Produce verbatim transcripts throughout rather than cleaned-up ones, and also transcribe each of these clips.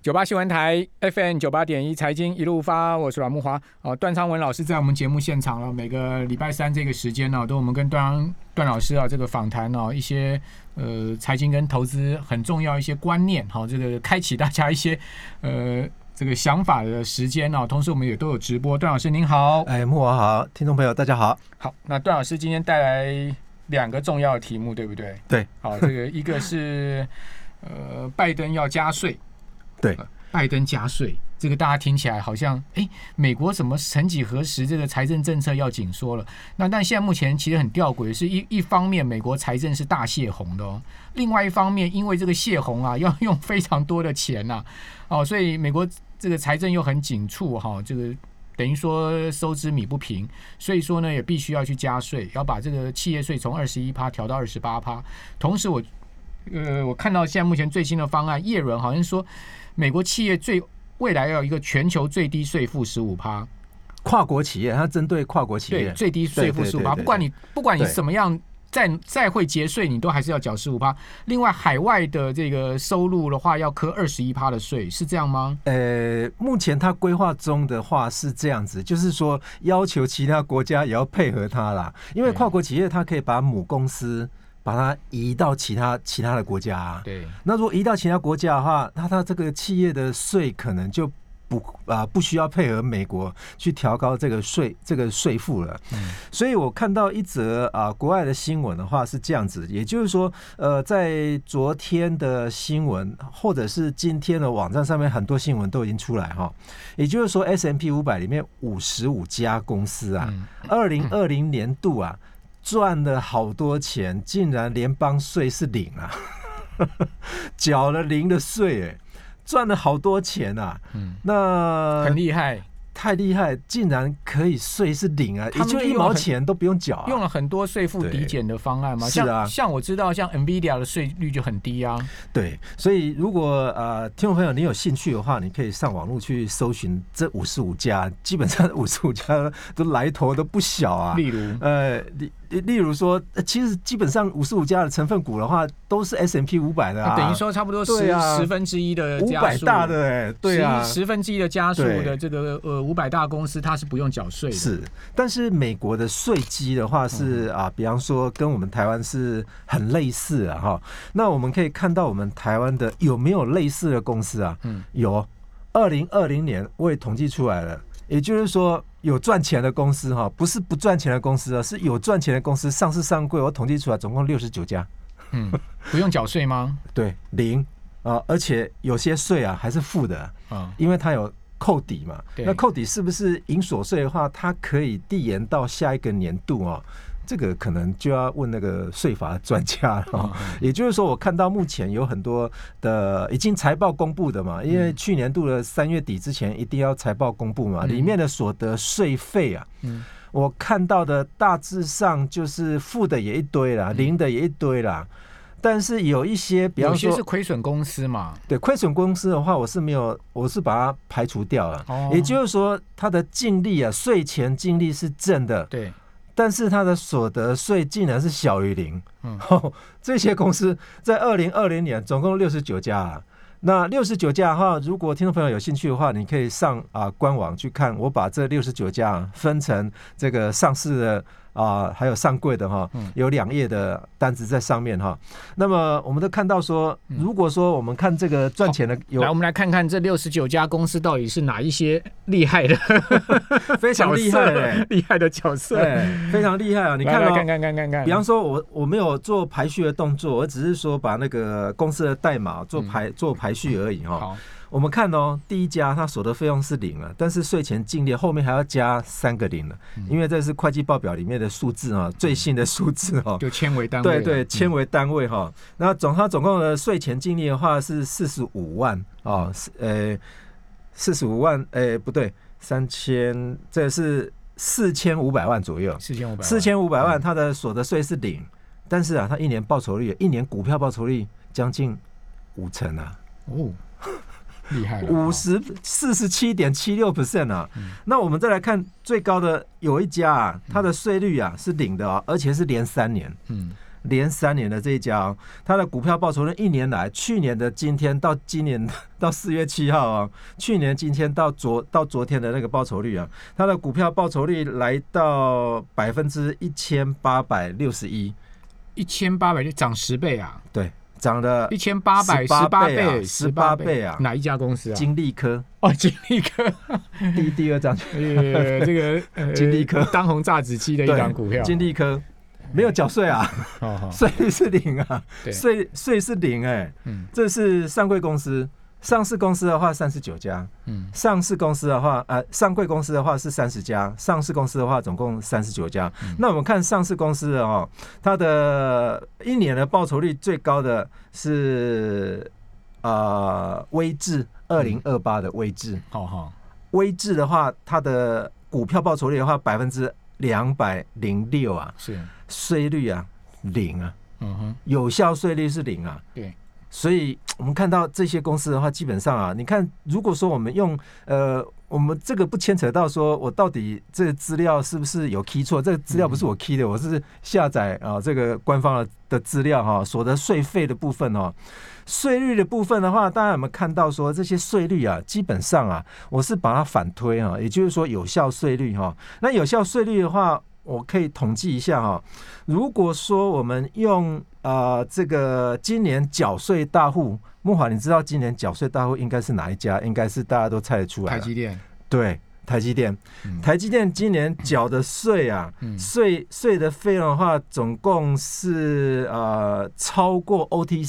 九八新闻台 F M 九八点一财经一路发，我是阮慕骅。哦，段昌文老师在我们节目现场了。每个礼拜三这个时间呢，都我们跟段段老师啊这个访谈哦，一些呃财经跟投资很重要一些观念，好、哦，这个开启大家一些呃这个想法的时间哦。同时我们也都有直播。段老师您好， 哎，慕骅好，听众朋友大家好。 好，那段老师今天带来两个重要的题目，对不对？ 对， 好，这个一个是呃拜登要加税。 对， 拜登加税，这个大家听起来好像，哎，美国怎么曾几何时这个财政政策要紧缩了？那但现在目前其实很吊诡，是一一方面美国财政是大泄洪的哦，另外一方面因为这个泄洪啊要用非常多的钱呐、啊，哦，所以美国这个财政又很紧促哈、哦，这个等于说收支米不平，所以说呢也必须要去加税，要把这个企业税从二十一趴调到二十八趴。同时我呃我看到现在目前最新的方案，叶伦好像说。美国企业最未来要有一个全球最低税负十五趴， 跨国企业，它针对跨国企业， 对最低税负十五趴，不管你不管你怎么样再再会节税，你都还是要缴十五趴。另外，海外的这个收入的话，要科二十一趴的税，是这样吗？ 呃，目前它规划中的话是这样子，就是说要求其他国家也要配合它啦，因为跨国企业它可以把母公司。把它移到其他其他的国家、啊， 对。 那如果移到其他国家的话，那它这个企业的税可能就不啊、呃、不需要配合美国去调高这个税这个税负了。嗯。所以我看到一则啊、呃、国外的新闻的话是这样子，也就是说，呃，在昨天的新闻或者是今天的网站上面，很多新闻都已经出来哈。也就是说 ，S and P 五百里面五十五家公司啊，二零二零年度啊。赚了好多钱，竟然联邦税是零啊，缴了零的税，哎，赚了好多钱啊，嗯，那很厉害。 太厉害，竟然可以税是零啊！也就一毛钱都不用缴、啊， 用了很多税负抵减的方案嘛。 是啊， 像我知道，像 Nvidia 的税率就很低啊。 对，所以如果呃听众朋友你有兴趣的话，你可以上网络去搜寻这五十五家，基本上五十五家都来头都不小啊。 例如， 呃，例例如说，其实基本上五十五家的成分股的话，都是 S and P 五百的啊， 等于说差不多十、啊、十分之一的五百大的哎、欸，对啊， 十分之一的家数的这个呃。五百大公司它是不用缴税的， 是，但是美国的税基的话是、嗯、啊，比方说跟我们台湾是很类似啊哈。那我们可以看到我们台湾的有没有类似的公司啊？嗯，有，二零二零年我也统计出来了，也就是说有赚钱的公司哈，不是不赚钱的公司啊，是有赚钱的公司上市上柜，我统计出来总共六十九家。 嗯，不用缴税吗？ 对，零啊，而且有些税啊还是负的啊，因为它有。扣抵嘛，那扣抵是不是营所税的话，它可以递延到下一个年度哦？这个可能就要问那个税法专家了、哦。嗯、也就是说，我看到目前有很多的已经财报公布的嘛，因为去年度的三月底之前一定要财报公布嘛，嗯、里面的所得税费啊，嗯、我看到的大致上就是负的也一堆啦，零的也一堆啦。但是有一些，比方说有些是亏损公司嘛， 对，亏损公司的话，我是没有，我是把它排除掉了。哦、也就是说，它的净利啊，税前净利是正的， 对， 但是它的所得税竟然是小于零。嗯，哦、这些公司在二零二零年总共六十九家啊。那六十九家的话，如果听众朋友有兴趣的话，你可以上啊、呃、官网去看，我把这六十九家分成这个上市的。啊、呃，还有上柜的哈，有两页的单子在上面哈。那么我们都看到说，如果说我们看这个赚钱的有， 来我们来看看这六十九家公司到底是哪一些厉害的， 非常厉害的厉害的角色， 非常厉害啊！你看哦， 看看看看看， 比方说我我没有做排序的动作，我只是说把那个公司的代码做排、嗯、做排序而已哈。好。我们看哦，第一家它所得费用是零了，但是税前净利后面还要加三个零了，因为这是会计报表里面的数字啊，最新的数字哈， 就千为单位， 对对，千为单位哈。那总它总共的税前净利的话是四十五万啊，呃，四十五万，呃，不对，三千，这是四千五百万左右， 四千五百， 四千五百万，它的所得税是零，但是啊，它一年报酬率，一年股票报酬率将近五成啊， 哦。厉害了， 五十四十七点七六 percent 啊、嗯！那我们再来看最高的有一家啊，它的税率啊是零的啊，而且是连三年。嗯， 连三年的这一家，它的股票报酬率一年来，去年的今天到今年到四月七号啊，去年今天到昨到昨天的那个报酬率啊，它的股票报酬率来到百分之一千八百六十一， 一千八百就涨十倍啊？ 对。涨了一千八百十八倍， 十八倍啊！ 哪一家公司啊？ 金利科哦，金利科第第二张， 呃，这个、呃、 金利科当红炸子鸡的一档股票， 金利科没有缴税啊，税率是零啊，税税是零哎、欸嗯，这是上柜公司。上市公司的话三十九家，嗯，上市公司的话，呃，上柜公司的话是三十家，上市公司的话总共三十九家、嗯。那我们看上市公司的哦，它的一年的报酬率最高的是呃威致二零二八的威致，好好，威致的话，它的股票报酬率的话百分之两百零六啊，是税率啊零啊，嗯哼，有效税率是零啊，对。所以我们看到这些公司的话，基本上啊，你看，如果说我们用呃，我们这个不牵扯到说我到底这个资料是不是有 key 错，这个资料不是我 key 的，我是下载啊这个官方的资料哈，所得税费的部分哦，税率的部分的话，大家有没有看到说这些税率啊，基本上啊，我是把它反推啊，也就是说有效税率哈，那有效税率的话，我可以统计一下哈，如果说我们用呃，这个今年缴税大户，慕骅，你知道今年缴税大户应该是哪一家？应该是大家都猜得出来。 台积电。对， 台积电。嗯、台积电今年缴的税啊，税、嗯、税的费用的话，总共是呃超过 O T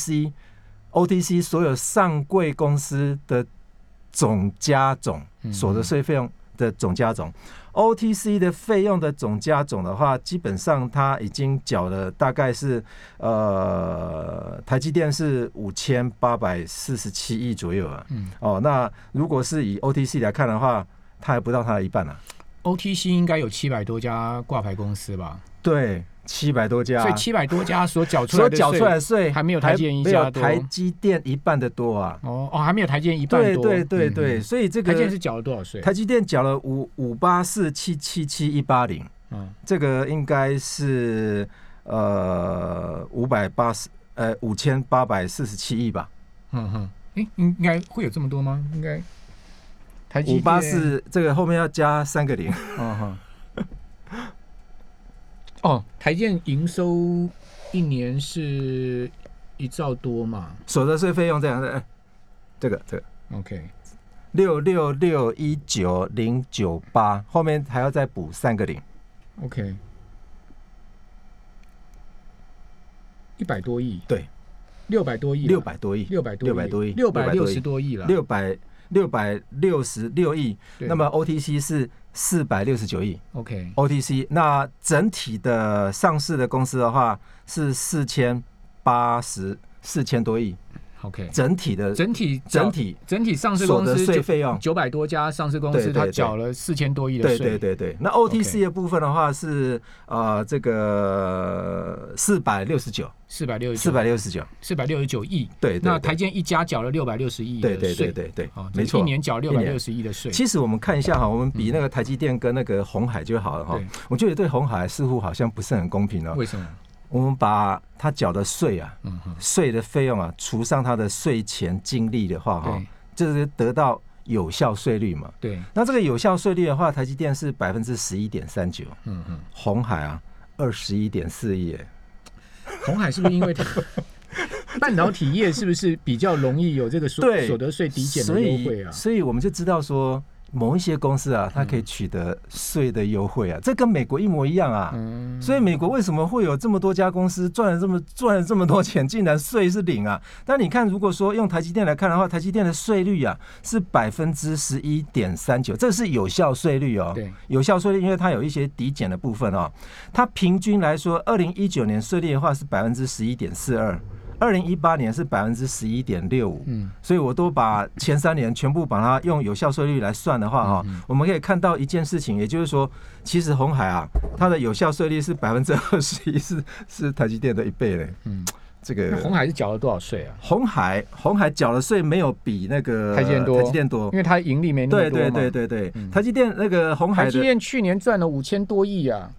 C，O T C 所有上柜公司的总加总，所得税费用的总加总。O T C 的费用的总加总的话，基本上它已经缴了大概是呃，台积电是五千八百四十七亿左右啊。嗯，哦，那如果是以 O T C 来看的话，它还不到它的一半啊。 O T C 应该有七百多家挂牌公司吧？ 对。七百多家， 所以七百多家所缴出来的税， 所缴出来的税还没有台积电一家多， 台积电一半的多啊！ 哦哦，还没有台积电一半多。 对对对对，嗯、所以这个台积电是缴了多少税？ 台积电缴了五五八四七七七一八零，嗯，这个应该是呃五百八十呃五千八百四十七亿吧？ 嗯哼，哎，应该会有这么多吗？应该台积电五八四这个后面要加三个零，嗯哼。 哦，台积电营收一年是一兆多嘛？ 所得税费用这样的，这个这个 OK， 六六六一九零九八，后面还要再补三个零 ，OK， 一百多亿， 对， 六百多亿， 六百多亿， 六百多六百多亿， 六百六十多亿了， 六百六百六十六亿，那么 O T C 是四百六十九亿 ，OK， O T C 那整体的上市的公司的话是四千八十四千多亿 ，OK， 整体的整体整体整体上市公司税费用九百多家上市公司，它缴了四千多亿的税， 对对对对。那 O T C 的部分的话是呃这个四百六十九。 四百六十四百六十九， 四百六十九亿。 对， 那台积电一家缴了六百六十亿的税， 对对对对对， 哦、 没错， 一年缴六百六十亿的税。 其实我们看一下哈，我们比那个台积电跟那个鸿海就好了哈。我觉得对鸿海似乎好像不是很公平哦。 为什么？ 我们把他缴的税啊，税、嗯、的费用啊，除上他的税前净利的话哈，就是得到有效税率嘛。对。那这个有效税率的话，台积电是百分之十一点三九，嗯嗯，鸿海啊二十一点四亿。 鸿海是不是因为它半导体业是不是比较容易有这个所所得税抵减的优惠啊？ 所以我们就知道说，某一些公司啊，它可以取得税的优惠啊，这跟美国一模一样啊。嗯、所以美国为什么会有这么多家公司赚了这么赚了这么多钱，竟然税是零啊？但你看，如果说用台积电来看的话，台积电的税率啊是百分之十一点三九，这是有效税率哦。对，有效税率，因为它有一些抵减的部分哦。它平均来说，二零一九年税率的话是百分之十一点四二。二零一八年是百分之十一点六五，嗯，所以我都把前三年全部把它用有效税率来算的话，哈、嗯嗯，我们可以看到一件事情，也就是说，其实鸿海啊，它的有效税率是百分之二十一，是是台积电的一倍嘞，嗯，这个鸿海是缴了多少税啊？ 鸿海鸿海缴的税没有比那个台积电多， 台积电多， 因为它盈利没那么多嘛。 对对对对对，嗯、台积电那个鸿海的台积电去年赚了五千多亿啊。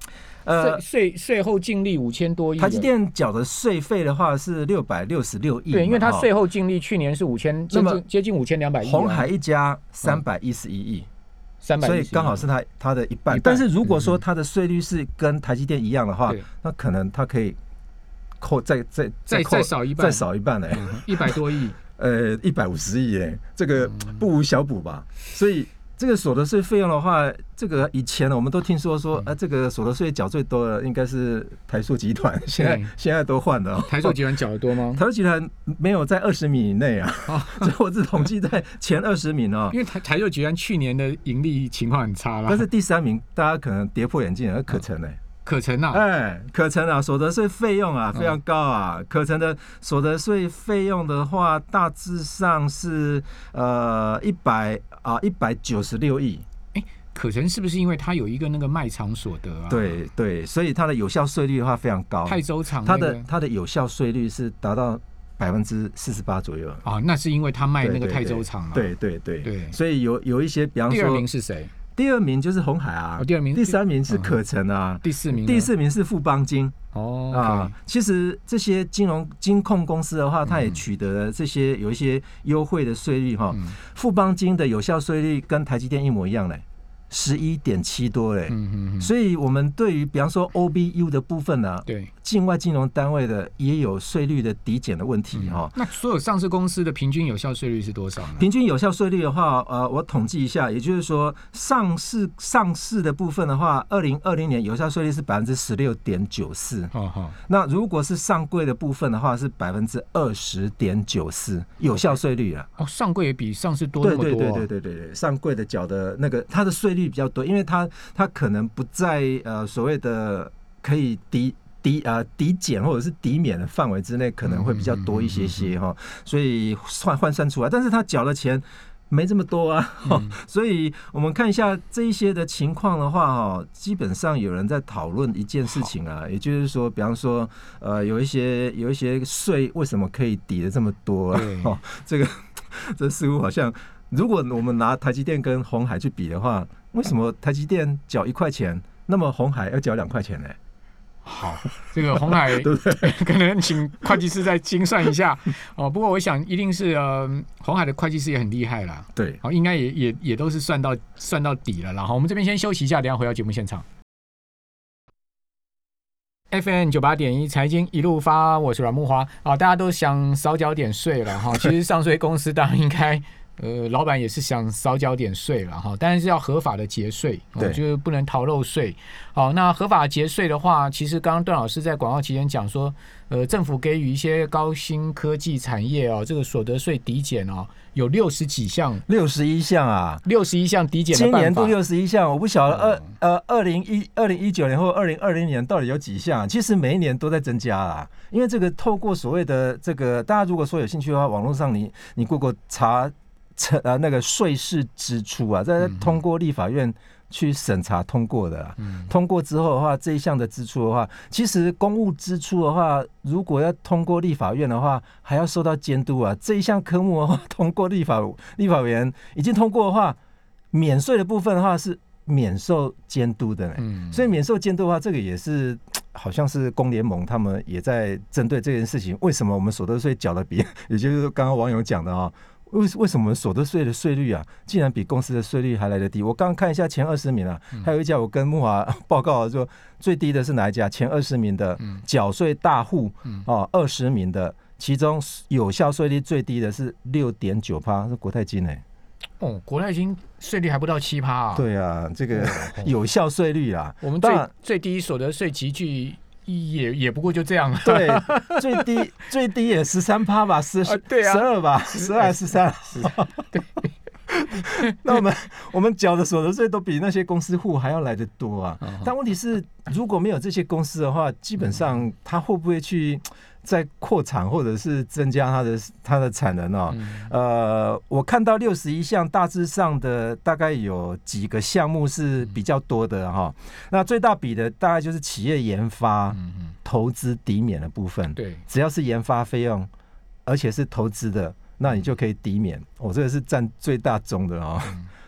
呃，税税后净利五千多亿， 台积电缴的税费的话是六百六十六亿， 对，因为它税后净利去年是五千，接近接近五千两百亿， 鸿海一家三百一十一亿。 三百， 所以刚好是它它的一半，但是如果说它的税率是跟台积电一样的话，那可能它可以扣再再再再少一半， 再少一半哎， 一百多亿， 呃，一百五十亿哎，这个不无小补吧？所以这个所得税费用的话，这个以前呢我们都听说说，啊，这个所得税缴最多的应该是台塑集团，现在现在都换了。 台塑集团缴得多吗？ 台塑集团没有在二十名以内啊，所以我只统计在前二十名啊。 因为台台塑集团去年的盈利情况很差啦， 但是第三名大家可能跌破眼镜了，可成哎。 可成啊， 哎，可成啊，所得税费用啊非常高啊。嗯、可成的所得税费用的话，大致上是呃一百啊一百九十六亿。 哎，可成是不是因为它有一个那个卖场所得啊？ 对对，所以它的有效税率的话非常高。 泰州厂、 那个、它的它的有效税率是达到百分之四十八左右啊。那是因为他卖那个泰州厂啊。 对对 对 对, 对, 对，所以有有一些，比方说， 第二名是谁？ 第二名就是鸿海啊， 哦、第二名， 第三名是可成啊， 嗯、第四名， 第四名是富邦金。 哦、 okay、啊，其实这些金融金控公司的话，它也取得了这些有一些优惠的税率哈。嗯、富邦金的有效税率跟台积电一模一样嘞。十一点七多嘞，嗯嗯嗯，所以我们对于比方说 O B U 的部分呢、啊， 对， 境外金融单位的也有税率的抵减的问题哈、 嗯。那所有上市公司的平均有效税率是多少呢？ 平均有效税率的话，呃，我统计一下，也就是说，上市上市的部分的话，二零二零年有效税率是百分之十六点九四。哦那如果是上柜的部分的话，是百分之二十点九四有效税率啊。 哦，上柜也比上市多那么多、啊。 对对对对对对，上柜的缴的那个它的税率比较多，因为它它可能不在呃所谓的可以抵抵呃抵减或者是抵免的范围之内，可能会比较多一些些哈，所以换换算出来，但是他缴的钱没这么多啊，嗯、所以我们看一下这一些的情况的话哈，基本上有人在讨论一件事情啊，也就是说，比方说呃有一些有一些税为什么可以抵的这么多啊？哦，这个这似乎好像。如果我们拿台积电跟鸿海去比的话，为什么台积电缴一块钱，那么鸿海要缴两块钱呢？ 好，这个鸿海对不对？ 可能请会计师再精算一下哦。不过我想一定是呃，鸿海的会计师也很厉害啦。 对， 好，应该也也也都是算到算到底了。然后我们这边先休息一下，等一下回到节目现场。F M 九八点一财经一路发，我是阮木华啊。大家都想少缴点税了哈，其实上税公司当然应该。呃，老板也是想少缴点税了哈，但是要合法的节税，哦，就是不能逃漏税。好，那合法节税的话，其实刚刚段老师在广告期间讲说，呃，政府给予一些高新科技产业哦，这个所得税抵减哦，有六十几项， 六十一项啊， 六十一项抵减的办法。 今年度六十一项，我不晓得二呃二零一二零一九年或二零二零年到底有几项？其实每一年都在增加啦，因为这个透过所谓的这个，大家如果说有兴趣的话，网络上你你过过查。呃，那个税事支出啊，在通过立法院去审查通过的、啊嗯，通过之后的话，这一项的支出的话，其实公务支出的话，如果要通过立法院的话，还要受到监督啊。这一项科目的话，通过立法立法委员已经通过的话，免税的部分的话是免受监督的、嗯，所以免受监督的话，这个也是。好像是工联盟他们也在针对这件事情，为什么我们所得税缴的比，也就是刚刚网友讲的啊、哦，为为什么所得税的税率啊，竟然比公司的税率还来得低？我刚刚看一下前二十名啊，还有一家我跟木华报告说最低的是哪一家？前二十名的缴税大户哦，二十名的，其中有效税率最低的是六点九趴，是国泰金哎。 哦，国泰金税率还不到七趴啊！ 对啊，这个有效税率啊， 我们最最低所得税集聚也也不过就这样。 对，最低最低也十三趴吧，十十二吧，十二十三。对。那我们我们缴的所得税都比那些公司户还要来得多啊！但问题是，如果没有这些公司的话，基本上它会不会去再扩产或者是增加它的它的产能哦？呃，我看到六十一项，大致上的大概有几个项目是比较多的哈。那最大比的大概就是企业研发、投资抵免的部分。对，只要是研发费用，而且是投资的。那你就可以抵免，我、哦、这个是占最大宗的哦。嗯、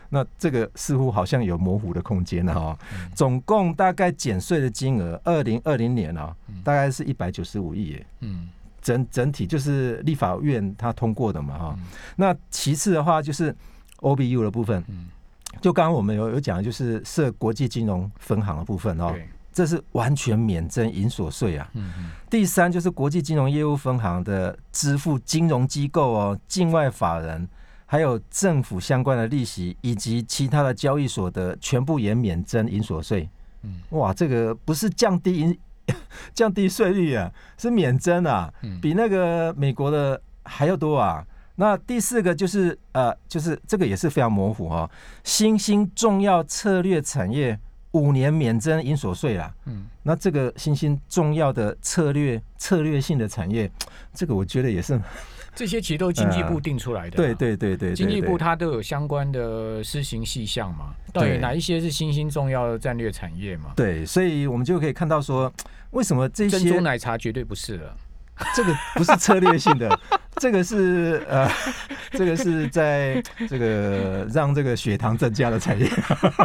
那这个似乎好像有模糊的空间了哈。总共大概减税的金额，二零二零年啊，大概是一百九十五亿耶。嗯，整整体就是立法院它通过的嘛哈。那其次的话就是 O B U 的部分，就刚刚我们有有讲，就是设国际金融分行的部分哦。这是完全免征营所税啊。嗯嗯。第三就是国际金融业务分行的支付金融机构哦、境外法人，还有政府相关的利息以及其他的交易所得，全部也免征营所税。嗯，哇，这个不是降低营降低税率啊，是免征啊，比那个美国的还要多啊。那第四个就是呃，就是这个也是非常模糊哦，新兴重要策略产业。五年免征营所税啦，嗯，那这个新兴重要的策略策略性的产业，这个我觉得也是， 这些其实都是经济部定出来的、啊呃， 对对对 对, 对， 经济部它都有相关的施行细项嘛，到底哪一些是新兴重要的战略产业嘛？ 对，所以我们就可以看到说，为什么这些珍珠奶茶绝对不是了， 这个不是策略性的，这个是呃，这个是在这个让这个血糖增加的产业。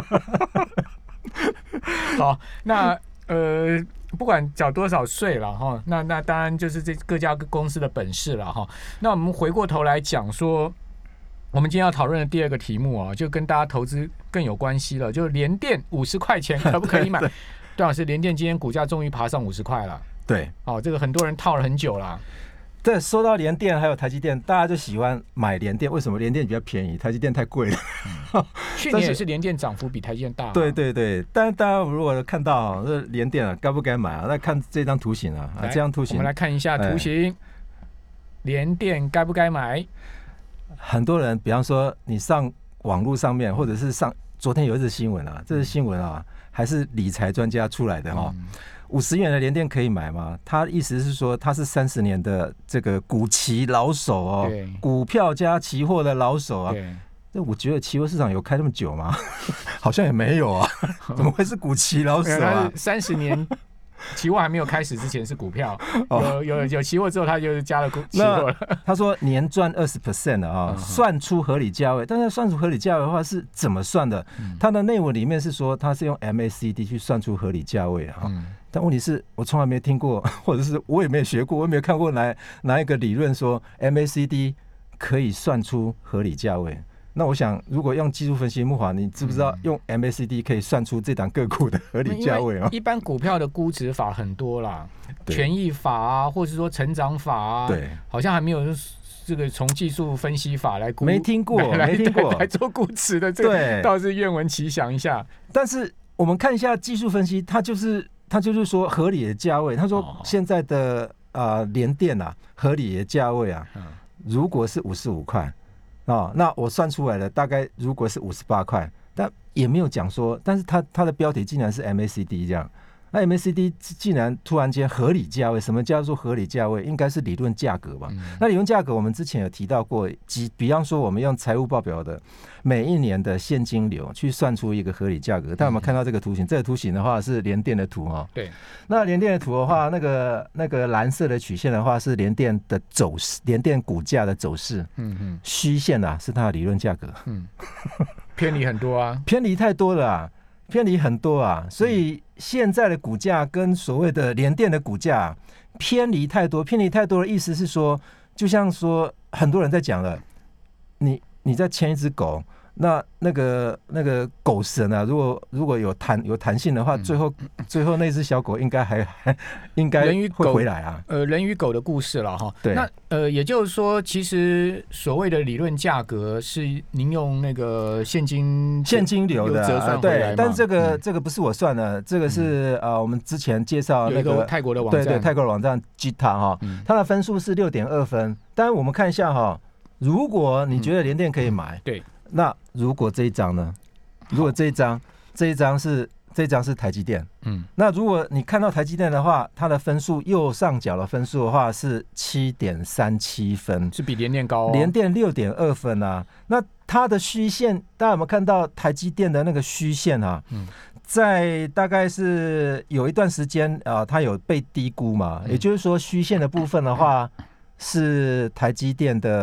好，那呃，不管缴多少税了哈，那那当然就是这各家公司的本事了哈。那我们回过头来讲说，我们今天要讨论的第二个题目啊，就跟大家投资更有关系了，就是联电五十块钱可不可以买？段老师，联电今天股价终于爬上五十块了。 对， 哦，这个很多人套了很久了。 对，说到联电还有台积电，大家就喜欢买联电。为什么？联电比较便宜，台积电太贵了。 嗯、去年也是联电涨幅比台积电大、啊。 对对对，但是大家如果看到这联电啊，该不该买啊？那看这张图形啊，啊这张图形， 我们来看一下图形。联电该不该买？ 很多人，比方说你上网络上面，或者是上昨天有一则新闻啊，这是新闻啊，还是理财专家出来的哈、哦。嗯五十元的联电可以买吗？他意思是说他是三十年的这个股期老手哦，股票加期货的老手啊。那我觉得期货市场有开那么久吗？好像也没有啊，怎么会是股期老手啊？ 三十年期货还没有开始之前是股票，有有有期货之后他就加了期货了。 他说年赚二十 percent 的啊，算出合理价位。但是算出合理价位的话是怎么算的？他的内文里面是说他是用 M A C D 去算出合理价位啊。嗯，但问题是我从来没听过，或者是我也没有学过，我也没有看过哪哪一个理论说 M A C D 可以算出合理价位。那我想，如果用技术分析，木华，你知不知道用 M A C D 可以算出这档个股的合理价位啊？ 一般股票的估值法很多啦，权益法啊，或者说成长法啊，对，好像还没有这个从技术分析法来估， 没听过，没听过来做估值的，这个倒是愿闻其详一下。 但是我们看一下技术分析，它就是它就是说合理的价位，他说现在的啊联电啊合理的价位啊，如果是五十五块。哦，那我算出来了，大概如果是五十八块，但也没有讲说，但是它它的标题竟然是 M A C D 这样，那 M A C D 竟然突然间合理价位，什么叫做合理价位？应该是理论价格吧？嗯、那理论价格我们之前有提到过，比方说我们用财务报表的每一年的现金流去算出一个合理价格。但我们看到这个图形，这个图形的话是联电的图哦。 对， 那联电的图的话，那个那个蓝色的曲线的话是联电的走势，联电股价的走势。嗯嗯，虚线啊是它的理论价格。嗯， 偏离很多啊， 偏离太多了啊。偏离很多啊，所以现在的股价跟所谓的联电的股价偏离太多，偏离太多的意思是说，就像说很多人在讲了，你你在牵一只狗，那那个那个狗绳啊，如果如果有弹有弹性的话，最后最后那只小狗应该还还应该会回来啊。 呃，人与狗的故事了哈。对。那呃，也就是说，其实所谓的理论价格是您用那个现金现金流的折算回来嘛？ 对，但这个、嗯、这个不是我算的，这个是、嗯、呃我们之前介绍那个泰国的网站， 对对，泰国的网站 Gita 哈，它的分数是六点二分。当然我们看一下哈，如果你觉得联电可以买，嗯、 对。 那如果这一张呢？如果这一张，这一张是这一张是台积电，嗯，那如果你看到台积电的话，它的分数右上角的分数的话是七点三七分， 是比联电高、哦， 联电六点二分啊。那它的虚线，大家有没有看到台积电的那个虚线啊？嗯，在大概是有一段时间啊、呃，它有被低估嘛，嗯、也就是说虚线的部分的话是台积电的。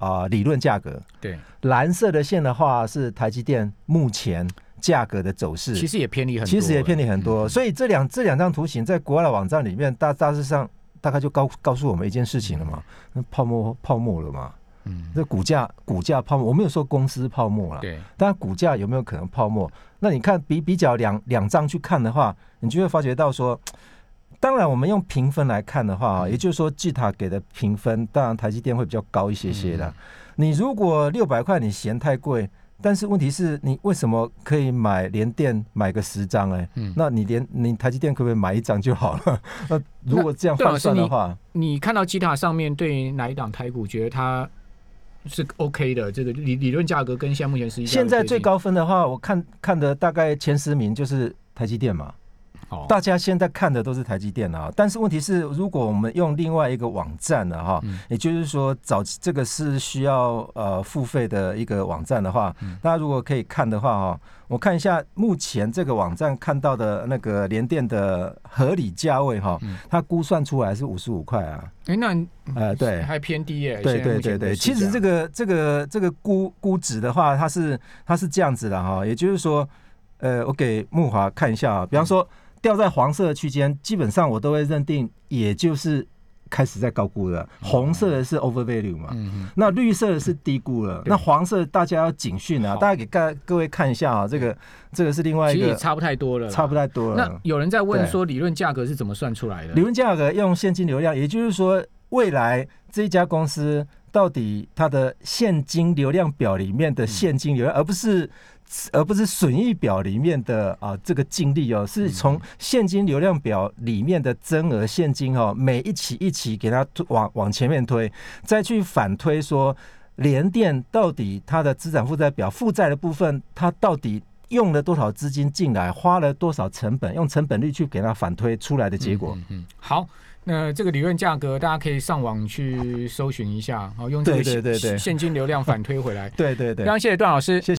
啊、呃、理论价格， 对， 蓝色的线的话是台积电目前价格的走势， 其实也偏离很多， 其实也偏离很多， 嗯、 所以这两这两张图形在国外的网站里面大大致上大概就告告诉我们一件事情了嘛，那泡沫泡沫了嘛。嗯，这股价股价泡沫，我没有说公司泡沫了， 对， 但股价有没有可能泡沫？那你看比比较两两张去看的话，你就会发觉到说，当然我们用评分来看的话，嗯、也就是说技塔给的评分，当然台积电会比较高一些些的。嗯、你如果六百块你嫌太贵，但是问题是你为什么可以买联电买个十张哎？嗯、那你连你台积电可不可以买一张就好了？那如果这样换算的话， 你, 你看到基塔上面对哪一档台股觉得它是 OK 的，这个 理, 理论价格跟现在目前实际现在最高分的话，我看看的大概前十名就是台积电嘛。哦、大家现在看的都是台积电啊，但是问题是，如果我们用另外一个网站的哈，嗯、也就是说早这个是需要呃付费的一个网站的话，嗯、大家如果可以看的话哈，我看一下目前这个网站看到的那个联电的合理价位哈，嗯、它估算出来是五十五块啊。 哎、欸，那呃对， 还偏低耶。 对对对对，其实这个这个这个估估值的话，它是它是这样子的哈，也就是说，呃，我给慕骅看一下啊，比方说。掉在黄色的区间，基本上我都会认定，也就是开始在高估了。红色的是 over value 嘛，嗯、那绿色的是低估了。那黄色大家要警讯啊，大家给各各位看一下啊，这个这个是另外一个， 其实也差不太多了， 差不太多了。 那有人在问说，理论价格是怎么算出来的？ 理论价格用现金流量，也就是说，未来这一家公司到底它的现金流量表里面的现金流量，嗯、而不是。而不是损益表里面的啊这个净利哦，是从现金流量表里面的增额现金哦，每一期一期给它往往前面推，再去反推说联电到底它的资产负债表负债的部分，它到底用了多少资金进来，花了多少成本，用成本率去给它反推出来的结果。嗯嗯， 好。那这个理论价格，大家可以上网去搜寻一下，好，用这个现金流量反推回来。 对对对， 非常谢谢段老师。 谢谢。